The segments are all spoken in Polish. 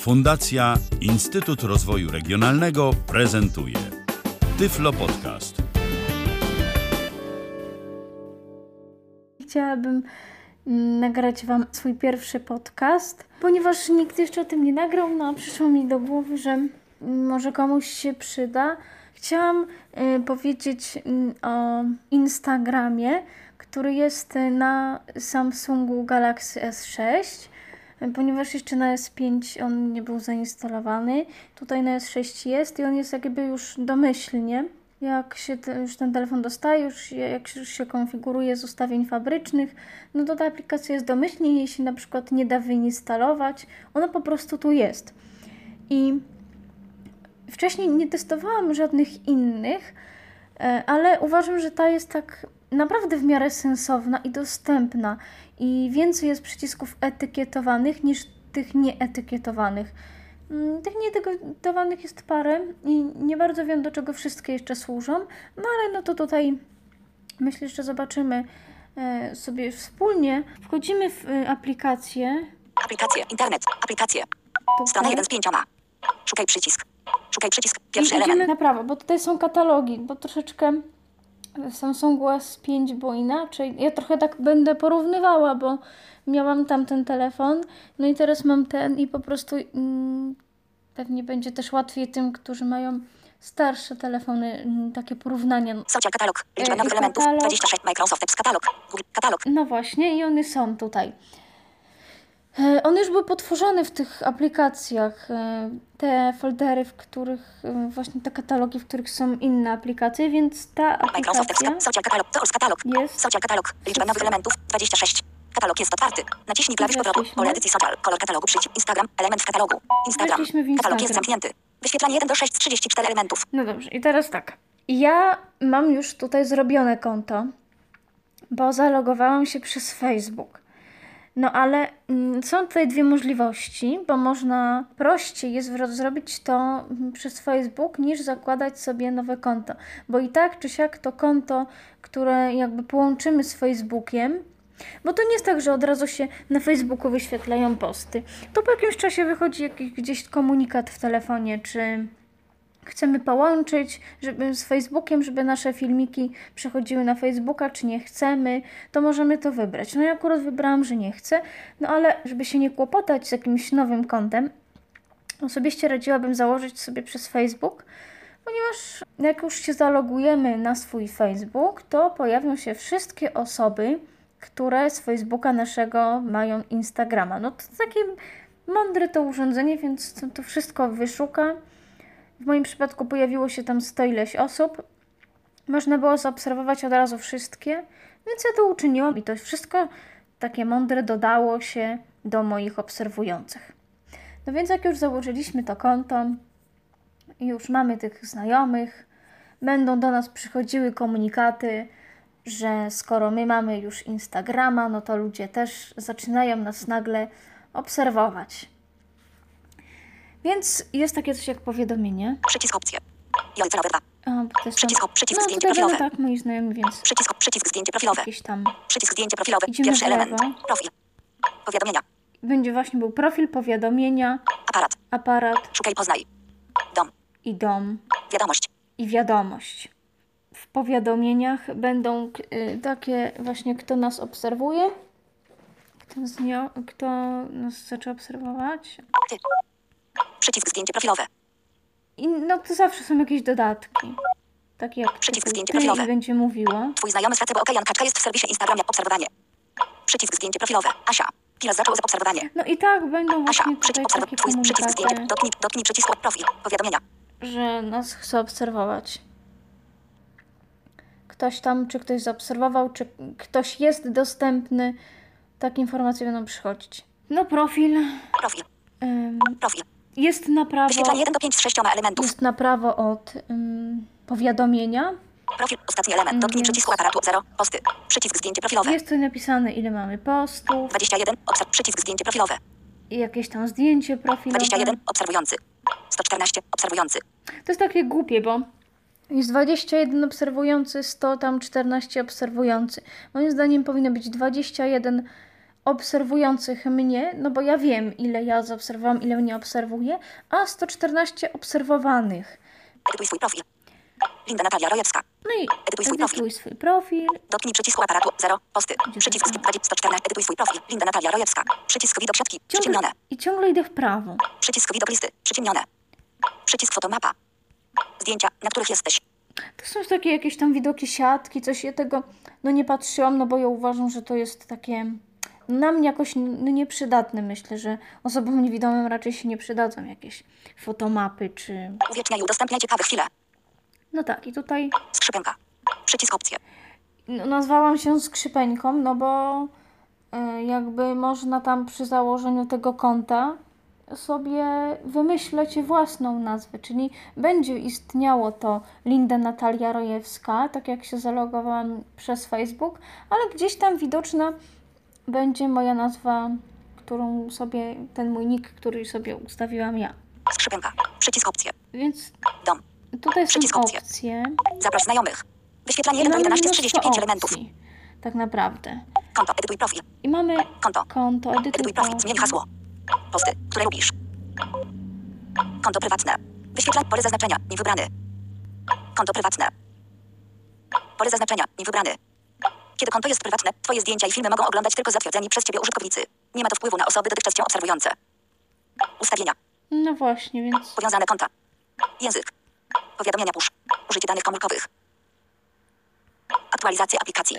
Fundacja Instytut Rozwoju Regionalnego prezentuje Tyflo Podcast. Chciałabym nagrać Wam swój pierwszy podcast, ponieważ nikt jeszcze o tym nie nagrał, no a przyszło mi do głowy, że może komuś się przyda. Chciałam powiedzieć o Instagramie, który jest na Samsungu Galaxy S6, ponieważ jeszcze na S5 on nie był zainstalowany. Tutaj na S6 jest i on jest jakby już domyślnie. Jak się już ten telefon dostaje, jak już się konfiguruje z ustawień fabrycznych, no to ta aplikacja jest domyślnie, jej się na przykład nie da wyinstalować, ona po prostu tu jest. I wcześniej nie testowałam żadnych innych, ale uważam, że ta jest tak naprawdę w miarę sensowna i dostępna i więcej jest przycisków etykietowanych niż tych nieetykietowanych. Tych nieetykietowanych jest parę i nie bardzo wiem, do czego wszystkie jeszcze służą, no ale no to tutaj myślę, że zobaczymy sobie wspólnie. Wchodzimy w aplikację. Aplikacje, internet, aplikacje. Strona 1 z 5. Szukaj przycisk. Szukaj przycisk, pierwszy I idziemy element. na prawo, bo tutaj są katalogi, bo troszeczkę w Samsungu S5 było inaczej. Ja trochę tak będę porównywała, bo miałam tamten telefon, no i teraz mam ten i po prostu pewnie będzie też łatwiej tym, którzy mają starsze telefony, takie porównania. Social katalog, liczba nowych elementów, katalog. 26, Microsoft Apps katalog, Google katalog. No właśnie i one są tutaj. On już był potworzony w tych aplikacjach, te foldery, w których właśnie te katalogi, w których są inne aplikacje, więc ta Microsoft Apps, aplikacja social katalog, Tools katalog, jest. social katalog, liczba nowych elementów, 26. Katalog jest otwarty. Naciśnij klawisz powrotu. Weszliśmy. Pole edycji social. Kolor katalogu przycisk. Instagram. Element w katalogu. Instagram. Weszliśmy w Katalog jest Instagram. zamknięty. Wyświetlanie 1 do 6 z 34 elementów. No dobrze, i teraz tak. Ja mam już tutaj zrobione konto, bo zalogowałam się przez Facebook. No ale są tutaj dwie możliwości, bo można prościej jest zrobić to przez Facebook niż zakładać sobie nowe konto. Bo i tak czy siak to konto, które jakby połączymy z Facebookiem, bo to nie jest tak, że od razu się na Facebooku wyświetlają posty. To po jakimś czasie wychodzi jakiś gdzieś komunikat w telefonie, czy chcemy połączyć z Facebookiem, żeby nasze filmiki przechodziły na Facebooka, czy nie chcemy, to możemy to wybrać. No ja akurat wybrałam, że nie chcę, no ale żeby się nie kłopotać z jakimś nowym kontem, osobiście radziłabym założyć sobie przez Facebook, ponieważ jak już się zalogujemy na swój Facebook, to pojawią się wszystkie osoby, które z Facebooka naszego mają Instagrama. No to takie mądre to urządzenie, więc to wszystko wyszuka. W moim przypadku pojawiło się tam 100 ileś osób. Można było zaobserwować od razu wszystkie, więc ja to uczyniłam i to wszystko takie mądre dodało się do moich obserwujących. No więc jak już założyliśmy to konto i już mamy tych znajomych, będą do nas przychodziły komunikaty, że skoro my mamy już Instagrama, no to ludzie też zaczynają nas nagle obserwować. Więc jest takie coś jak powiadomienie. Przycisk opcje. I cenowe 2. Przycisk zdjęcie tutaj będą profilowe. tak moi znajomi, więc Przycisk zdjęcie profilowe. jakieś tam. Przycisk zdjęcie profilowe. Idziemy Pierwszy w lewo. element. Profil. Powiadomienia. Będzie właśnie był profil, powiadomienia, Aparat. aparat Szukaj poznaj. Dom. i dom Wiadomość. i wiadomość. W powiadomieniach będą takie właśnie, kto nas obserwuje, kto nas zaczął obserwować. Ty. Przycisk zdjęcie profilowe. I no to zawsze są jakieś dodatki. Takie jak Przycisk typu zdjęcie ty profilowe. i będzie mówiło. Twój znajomy z Facebooka Jan Kaczka jest w serwisie Instagram jak obserwowanie. Przycisk zdjęcie profilowe. Asia. Pilas zaczął obserwowanie. No i tak będą Asia. właśnie tutaj Przycisk takie przycisk zdjęcie. komunikaty, Dotknij przycisku profil. Powiadomienia. że nas chce obserwować. Ktoś tam, czy ktoś zaobserwował, czy ktoś jest dostępny. Takie informacje będą przychodzić. No profil. Profil. Profil. Jest na prawo. Wyświetlanie 1 do 5 z 6 elementów. Jest na prawo od powiadomienia. Profil. Ostatni element. Dotknij Więc- przycisku aparatu 0. Posty. Przycisk zdjęcie profilowe. Jest tutaj napisane, ile mamy postów. 21. Przycisk zdjęcie profilowe. I jakieś tam zdjęcie profilowe. 21. Obserwujący. 114. Obserwujący. To jest takie głupie, bo jest 21 obserwujący, 100 tam 14 obserwujący. Moim zdaniem powinno być 21 obserwujących mnie, no bo ja wiem, ile ja zaobserwowałam, ile mnie obserwuje, a 114 obserwowanych. Edytuj swój profil. Linda Natalia Rojewska. No i Edytuj swój profil. edytuj swój profil. Dotknij przycisku aparatu 0. Posty. Gdzie Przycisk to? 114. Edytuj swój profil. Linda Natalia Rojewska. Przycisk widok siatki. Przyciemnione. I ciągle idę w prawo. Przycisk widok listy. Przyciemnione. Przycisk fotomapa. Zdjęcia, na których jesteś. To są takie jakieś tam widoki siatki, coś ja tego nie patrzyłam, no bo ja uważam, że to jest takie na mnie jakoś nieprzydatne. Myślę, że osobom niewidomym raczej się nie przydadzą jakieś fotomapy czy... Uwieczniaj i udostępniaj ciekawe chwile. No tak, i tutaj Skrzypenka. Przycisk opcje. nazwałam się skrzypeńką, no bo jakby można tam przy założeniu tego konta sobie wymyśleć własną nazwę, czyli będzie istniało to Linda Natalia Rojewska, tak jak się zalogowałam przez Facebook, ale gdzieś tam widoczna będzie moja nazwa, którą sobie, ten mój nick, który sobie ustawiłam ja. Skrzypenka. Przycisk opcje. Więc Dom. tutaj są Przycisk opcje. opcje. Zaproś znajomych. Wyświetlanie I 1 do mamy 11 z mnóstwo 35 elementów. opcji, tak naprawdę. Konto. Edytuj profil. I mamy Konto. konto, Edytuj edytuj profil. profil. Zmień hasło. Posty, które lubisz. Konto prywatne. Wyświetlaj pole zaznaczenia. Niewybrany. Konto prywatne. Pole zaznaczenia. Niewybrany. Kiedy konto jest prywatne, twoje zdjęcia i filmy mogą oglądać tylko zatwierdzeni przez ciebie użytkownicy. Nie ma to wpływu na osoby dotychczas cię obserwujące. Ustawienia. No właśnie, więc Powiązane konta. Język. Powiadomienia push. Użycie danych komórkowych. Aktualizacja aplikacji.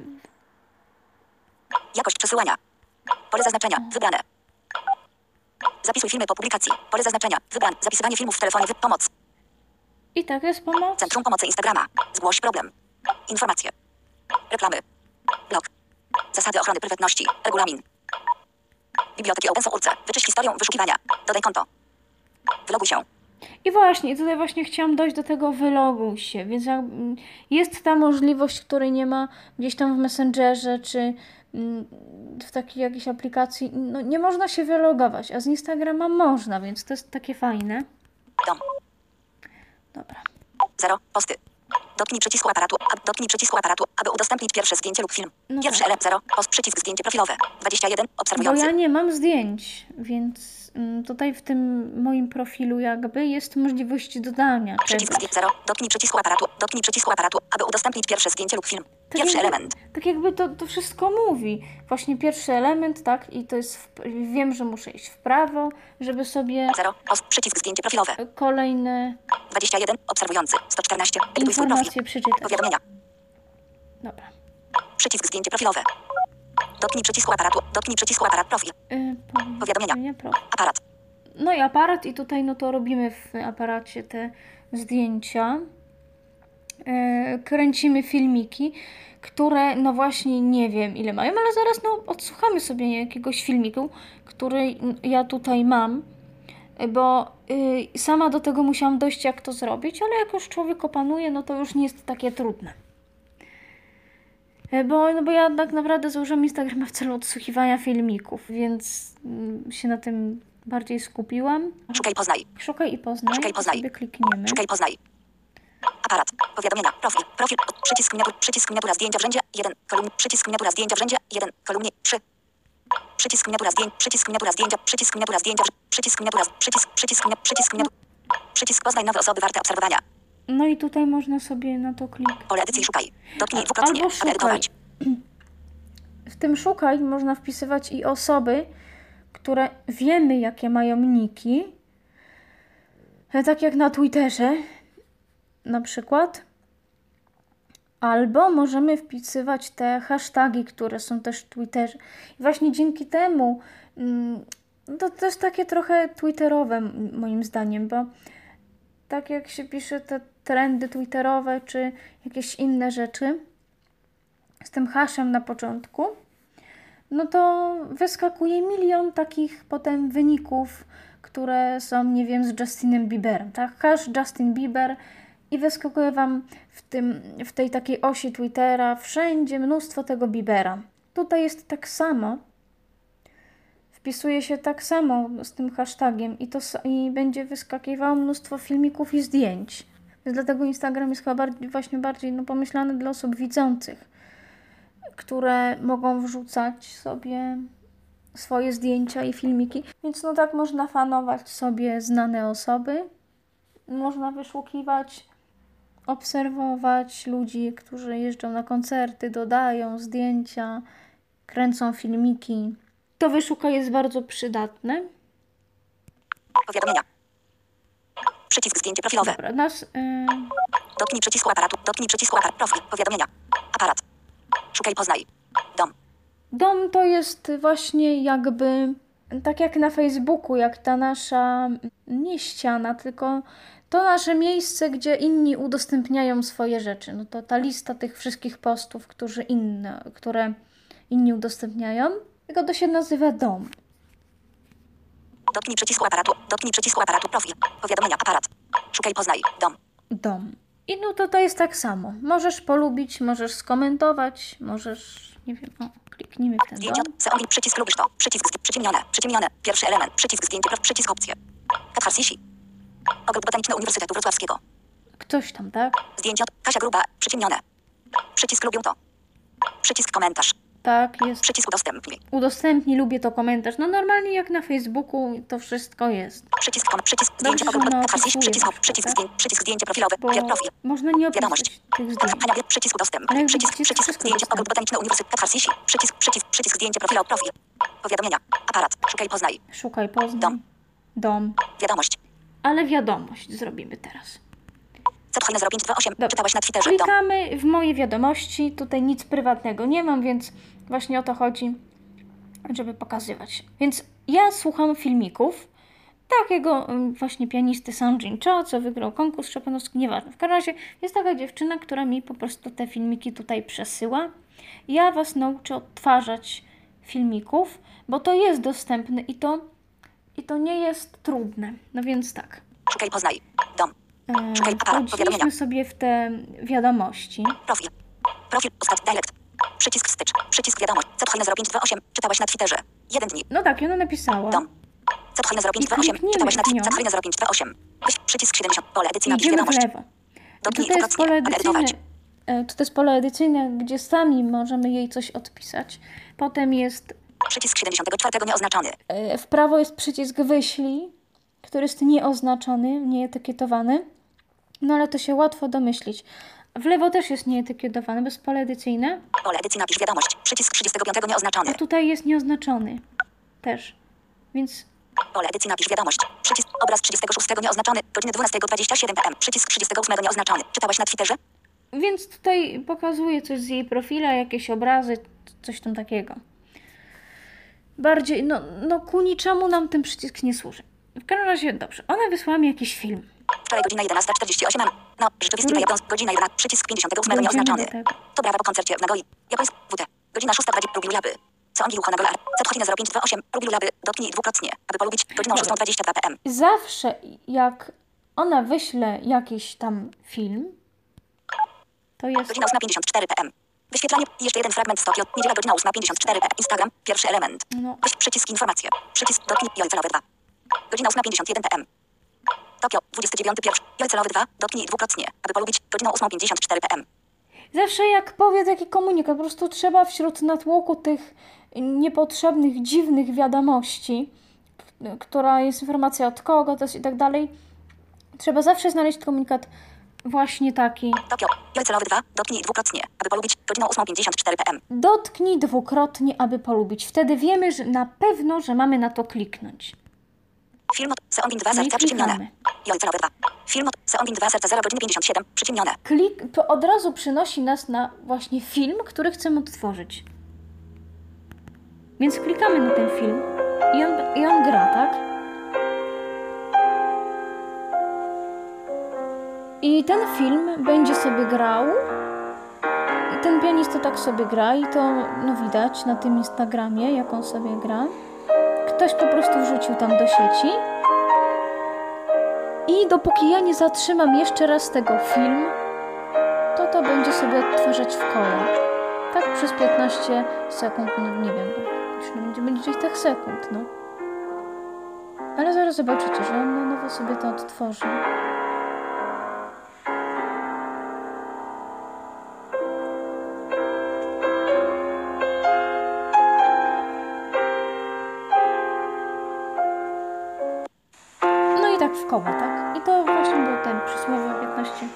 Jakość przesyłania. Pole zaznaczenia. Wybrane. Zapisuj filmy po publikacji. Pole zaznaczenia. Wybrane. Zapisywanie filmów w telefonie. Pomoc. i tak jest pomoc. Centrum Pomocy Instagrama. Zgłoś problem. Informacje. Reklamy. Blog. Zasady ochrony prywatności. Regulamin. Biblioteki open source. Wyczyść historię wyszukiwania. Dodaj konto. Wyloguj się. I właśnie, tutaj właśnie chciałam dojść do tego wyloguj się, więc jest ta możliwość, której nie ma gdzieś tam w Messengerze, czy w takiej jakiejś aplikacji, no nie można się wylogować, a z Instagrama można, więc to jest takie fajne. Dom. Dobra. 0. Posty. Dotknij przycisku aparatu, aby udostępnić pierwsze zdjęcie lub film. No Pierwszy tak. element 0. Post przycisk zdjęcie profilowe. 21. Bo Obserwujący. ja nie mam zdjęć, więc tutaj w tym moim profilu jakby jest możliwość dodania Przycisk czegoś. zdjęcie 0. Dotknij przycisku aparatu, aby udostępnić pierwsze zdjęcie lub film. Pierwszy element. Tak jakby to wszystko mówi. Właśnie pierwszy element, tak, i to jest, wiem, że muszę iść w prawo, żeby sobie 0. Post przycisk zdjęcie profilowe. kolejne 21. Obserwujący. 114. Edytuj swój profil. informacje przeczytać. Powiadomienia. Dobra. Przycisk zdjęcie profilowe. Dotknij przycisku aparat profil. Powiadomienia. Aparat. No i aparat, i tutaj no to robimy w aparacie te zdjęcia. Kręcimy filmiki, które no właśnie nie wiem ile mają, ale zaraz odsłuchamy sobie jakiegoś filmiku, który ja tutaj mam, bo sama do tego musiałam dojść, jak to zrobić, ale jak już człowiek opanuje, no to już nie jest takie trudne. Bo ja tak naprawdę założyłam Instagrama w celu odsłuchiwania filmików, więc się na tym bardziej skupiłam. Szukaj, poznaj. Szukaj i poznaj. Szukaj, poznaj. Sobie klikniemy. Szukaj, poznaj. Aparat. Powiadomienia. Profil. Przycisk miniatura zdjęcia w rzędzie 1. Kolumn. Przycisk miniatura zdjęcia w rzędzie 1. Kolumnie 3. Przycisk miniatura zdjęcia. Przycisk miniatura zdjęcia. Przycisk miniatura zdjęcia. Przycisk poznaj nowe osoby warte obserwowania. No i tutaj można sobie na to kliknąć. Pole edycji szukaj. Dotknij dwukrotnie, Albo aby szukaj. edytować. W tym szukaj można wpisywać i osoby, które wiemy, jakie mają niki. Tak jak na Twitterze na przykład. Albo możemy wpisywać te hasztagi, które są też w Twitterze. I właśnie dzięki temu to też takie trochę twitterowe moim zdaniem, bo tak jak się pisze te trendy twitterowe, czy jakieś inne rzeczy z tym haszem na początku, no to wyskakuje milion takich potem wyników, które są, nie wiem, z Justinem Bieberem, tak? Hash Justin Bieber i wyskakuje Wam w tej takiej osi Twittera wszędzie mnóstwo tego Biebera. Tutaj jest tak samo. Wpisuje się tak samo z tym hashtagiem i będzie wyskakiwało mnóstwo filmików i zdjęć. Więc dlatego Instagram jest chyba bardziej pomyślany dla osób widzących, które mogą wrzucać sobie swoje zdjęcia i filmiki. Więc no tak można fanować sobie znane osoby. Można wyszukiwać, obserwować ludzi, którzy jeżdżą na koncerty, dodają zdjęcia, kręcą filmiki. To wyszuka jest bardzo przydatne. Powiadomienia. Przycisk zdjęcie profilowe. Dobra, Dotknij przycisku aparatu. Dotknij przycisku aparat. Profil. Powiadomienia. Aparat. Szukaj, poznaj. Dom. Dom to jest właśnie jakby tak jak na Facebooku, jak ta nasza nie ściana, tylko to nasze miejsce, gdzie inni udostępniają swoje rzeczy. No to ta lista tych wszystkich postów, które inni udostępniają, tylko to się nazywa dom. Dotknij przycisku aparatu. Dotknij przycisku aparatu. Profil. Powiadomienia. Aparat. Szukaj, poznaj. Dom. Dom. I no to jest tak samo. Możesz polubić, możesz skomentować, możesz, nie wiem, kliknijmy w ten Zdjęcie. dom. Seongin. Przycisk lubisz to. Przycisk przyciemnione. Przyciemnione. Pierwszy element. Przycisk zdjęcie. Przycisk opcje. Katharsisi. Ogród Botaniczny Uniwersytetu Wrocławskiego. Ktoś tam, tak? Zdjęcie. Kasia Gruba. Przyciemnione. Przycisk lubię to. Przycisk komentarz. Tak, jest. Przycisk udostępnij. Udostępnij, lubię to komentarz. No normalnie jak na Facebooku to wszystko jest. Przycisk zdjęcie. Dobrze, Ogród że Katharsisi. opisujesz, Przycisk zdjęcie profilowe. Bo Profil. można nie Wiadomość. opisać tych zdjęć. Przycisk Ale udostępnij. jak Przycisk widzicie, wszystko zdjęcie. dostępne. Ogród Botaniczny Uniwersytet Katharsisi. Przycisk zdjęcie profilowe. Profil. Powiadomienia. Aparat. Szukaj, poznaj. Szukaj, poznaj. Dom. Dom. Wiadomość. Ale wiadomość zrobimy teraz. Co to 058. Dobra. Czytałaś na Twitterze. Dom. Klikamy w moje wiadomości. Tutaj nic prywatnego nie mam, więc właśnie o to chodzi, żeby pokazywać. Więc ja słucham filmików takiego właśnie pianisty Sungin Cho, co wygrał konkurs chopinowski, nieważne. W każdym razie jest taka dziewczyna, która mi po prostu te filmiki tutaj przesyła. Ja was nauczę odtwarzać filmików, bo to jest dostępne i to nie jest trudne. No więc tak. Szukaj, poznaj. Dom. Szukaj, aparat. Powiadomienia. Wchodziliśmy sobie w te wiadomości. Profil. Profil. Postać. Direct. Przycisk stycz. Przycisk wiadomość. Co to 0528. Czytałaś na Twitterze. 1 dni. No tak, i ona napisała. Dom. Co to 0528. kliknijmy Czytałaś na w nią. Twitterze. 0528. Przycisk 70. Pole edycji napisz Idziemy w wiadomość. lewo. Dotknij Tutaj jest pole dwukrotnie. edycyjne. Edytować. To jest pole edycyjne, gdzie sami możemy jej coś odpisać. Potem jest Przycisk 74 nieoznaczony. w prawo jest przycisk wyślij, który jest nieoznaczony, nieetykietowany. No ale to się łatwo domyślić. W lewo też jest nieetykietowany, bo jest pole edycyjne. Pole edycji napisz wiadomość. Przycisk 35 nieoznaczony. A tutaj jest nieoznaczony też. Więc Pole edycji napisz wiadomość. Przycisk obraz 36 nieoznaczony. Godziny 12:27 pm. Przycisk 38 nieoznaczony. Czytałaś na Twitterze? Więc tutaj pokazuje coś z jej profila, jakieś obrazy, coś tam takiego. Bardziej, no ku niczemu nam ten przycisk nie służy. W każdym razie, dobrze, ona wysłała mi jakiś film. Wczoraj godzina 11:48. No, rzeczywisty Który- Japońsk. Godzina 11. Przycisk 58 Dojdziemy nieoznaczony. do tego. To brawa po koncercie w Nagoi. Japońsk. WT. Godzina 6:20. Rubił laby. Seongin Ucho Nagola. Zetchina 0528. Rubił laby. Dotknij dwukrotnie, aby polubić. Godziną 6:22 pm. Zawsze jak ona wyśle jakiś tam film, to jest... Godzina 8:54 pm. Wyświetlanie. Jeszcze jeden fragment z Tokio. Niedziela godzina 8:54 pm. Instagram. Pierwszy element. No, Przycisk informacje. Przycisk dotknij. Joj celowe 2. Godzina 8:51 pm. Tokio. 29.1. Joj celowy 2. Dotknij dwukrotnie, aby polubić. Godziną 8:54 pm. zawsze jak powie taki komunikat, po prostu trzeba wśród natłoku tych niepotrzebnych, dziwnych wiadomości, która jest informacja od kogo to jest i tak dalej, trzeba zawsze znaleźć komunikat właśnie taki. Tokio. Joj celowy 2. Dotknij dwukrotnie, aby polubić. Godziną 8:54 pm. Dotknij dwukrotnie, aby polubić. Wtedy wiemy, że na pewno, że mamy na to kliknąć. Film od Seongin 2 No i serca przyciemnione. klikamy. Joj celowy 2. Film od Seongin 2 serca 0 godziny 57 przyciemnione. To od razu przynosi nas na właśnie film, który chcemy odtworzyć. Więc klikamy na ten film i on gra, tak? I ten film będzie sobie grał i ten pianista tak sobie gra i to no widać na tym Instagramie, jak on sobie gra. Ktoś po prostu wrzucił tam do sieci. I dopóki ja nie zatrzymam jeszcze raz tego film, to będzie sobie odtwarzać w kole. Tak przez 15 sekund, no nie wiem, już nie będzie liczyć tych sekund, no. Ale zaraz zobaczycie, że on na nowo sobie to odtworzy. No i tak w koło, tak? I to właśnie był ten przysłowiowy 15.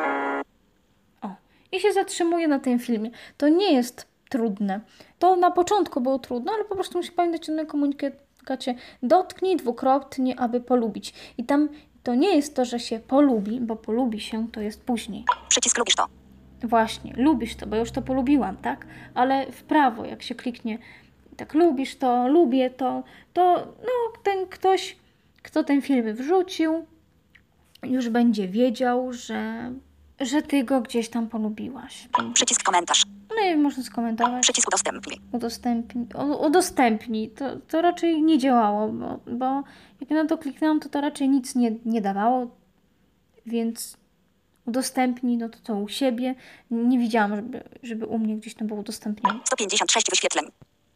I się zatrzymuje na tym filmie. To nie jest trudne. To na początku było trudne, ale po prostu musi pamiętać o tym komunikacie. Dotknij dwukrotnie, aby polubić. I tam to nie jest to, że się polubi, bo polubi się to jest później. Przycisk lubisz to. Właśnie, lubisz to, bo już to polubiłam, tak? Ale w prawo, jak się kliknie, tak lubisz to, lubię to, to no, ten ktoś, kto ten film wrzucił, już będzie wiedział, że ty go gdzieś tam polubiłaś. Przycisk komentarz. No i można skomentować. Przycisk udostępnij. Udostępnij. To raczej nie działało, bo jak na to kliknęłam, to raczej nic nie dawało, więc udostępnij, no to u siebie. Nie widziałam, żeby u mnie gdzieś tam było udostępnione. 156 wyświetleń.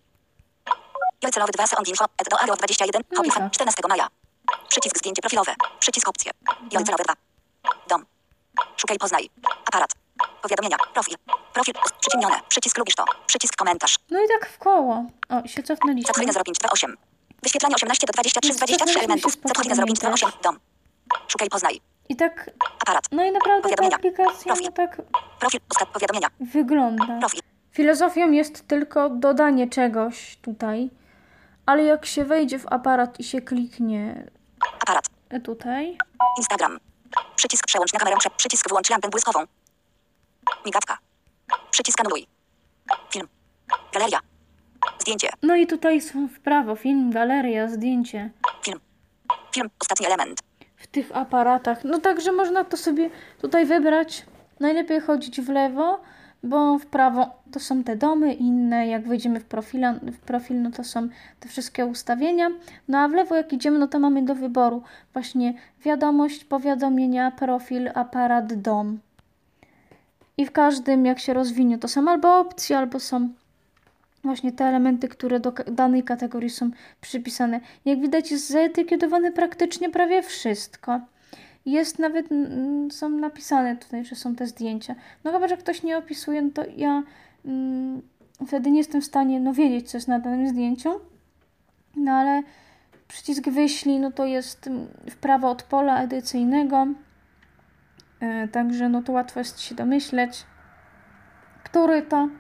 Joj celowy 2 Sound Info, do Aro 21, No hobby i tak. 14 maja. Przycisk zdjęcie profilowe. Przycisk opcje. Joj celowy 2. Dom. Szukaj poznaj. Aparat. Powiadomienia. Profil. Profil przyciemnione. Przycisk lubisz to. Przycisk komentarz. No i tak w koło. O, się cofnęliśmy. Zatwórz 0,528. Wyświetlanie 18 do 23 z 23 elementów. Zatwórz 0,528. Dom. Szukaj poznaj. I tak, Aparat. no i naprawdę ta Powiadomienia. aplikacja Profil. no tak Profil. Ustaw powiadomienia. wygląda. Profil. Filozofią jest tylko dodanie czegoś tutaj, ale jak się wejdzie w aparat i się kliknie Aparat. tutaj, Instagram. Przycisk przełącz na kamerę. Przycisk wyłącz lampę błyskową. Migawka. Przycisk anuluj. Film. Galeria. Zdjęcie. no i tutaj są w prawo film, galeria, zdjęcie Film. Film. Ostatni element. w tych aparatach. No także można to sobie tutaj wybrać. Najlepiej chodzić w lewo, bo w prawo to są te domy inne. Jak wejdziemy w profil, no to są te wszystkie ustawienia. No a w lewo jak idziemy, no to mamy do wyboru właśnie wiadomość, powiadomienia, profil, aparat, dom. I w każdym jak się rozwinie, to są albo opcje, albo są właśnie te elementy, które do danej kategorii są przypisane. Jak widać jest zaetykietowane praktycznie prawie wszystko. Jest nawet, są napisane tutaj, że są te zdjęcia. No chyba, że ktoś nie opisuje, no to ja wtedy nie jestem w stanie wiedzieć, co jest na danym zdjęciu. No ale przycisk wyślij, no to jest w prawo od pola edycyjnego. Także no to łatwo jest się domyśleć, który to.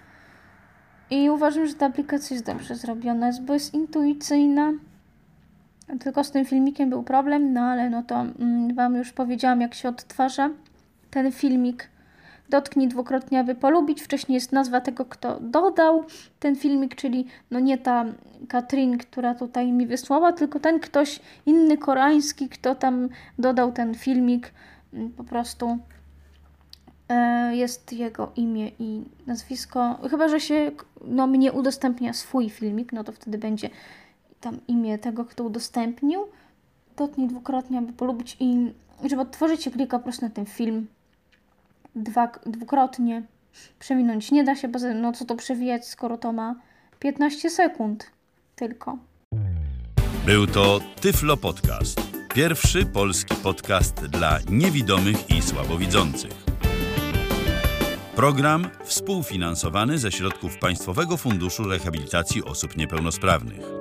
I uważam, że ta aplikacja jest dobrze zrobiona, bo jest intuicyjna. Tylko z tym filmikiem był problem, no ale no to Wam już powiedziałam, jak się odtwarza ten filmik. Dotknij dwukrotnie, aby polubić. Wcześniej jest nazwa tego, kto dodał ten filmik, czyli no nie ta Katrin, która tutaj mi wysłała, tylko ten ktoś inny koreański, kto tam dodał ten filmik. Po prostu jest jego imię i nazwisko. Chyba, że się mnie udostępnia swój filmik, no to wtedy będzie tam imię tego, kto udostępnił. Dotknij dwukrotnie, aby polubić i żeby odtworzyć się, klika po prostu na ten film dwukrotnie. Przeminąć nie da się, bo no co to przewijać, skoro to ma 15 sekund tylko. Był to Tyflo Podcast. Pierwszy polski podcast dla niewidomych i słabowidzących. Program współfinansowany ze środków Państwowego Funduszu Rehabilitacji Osób Niepełnosprawnych.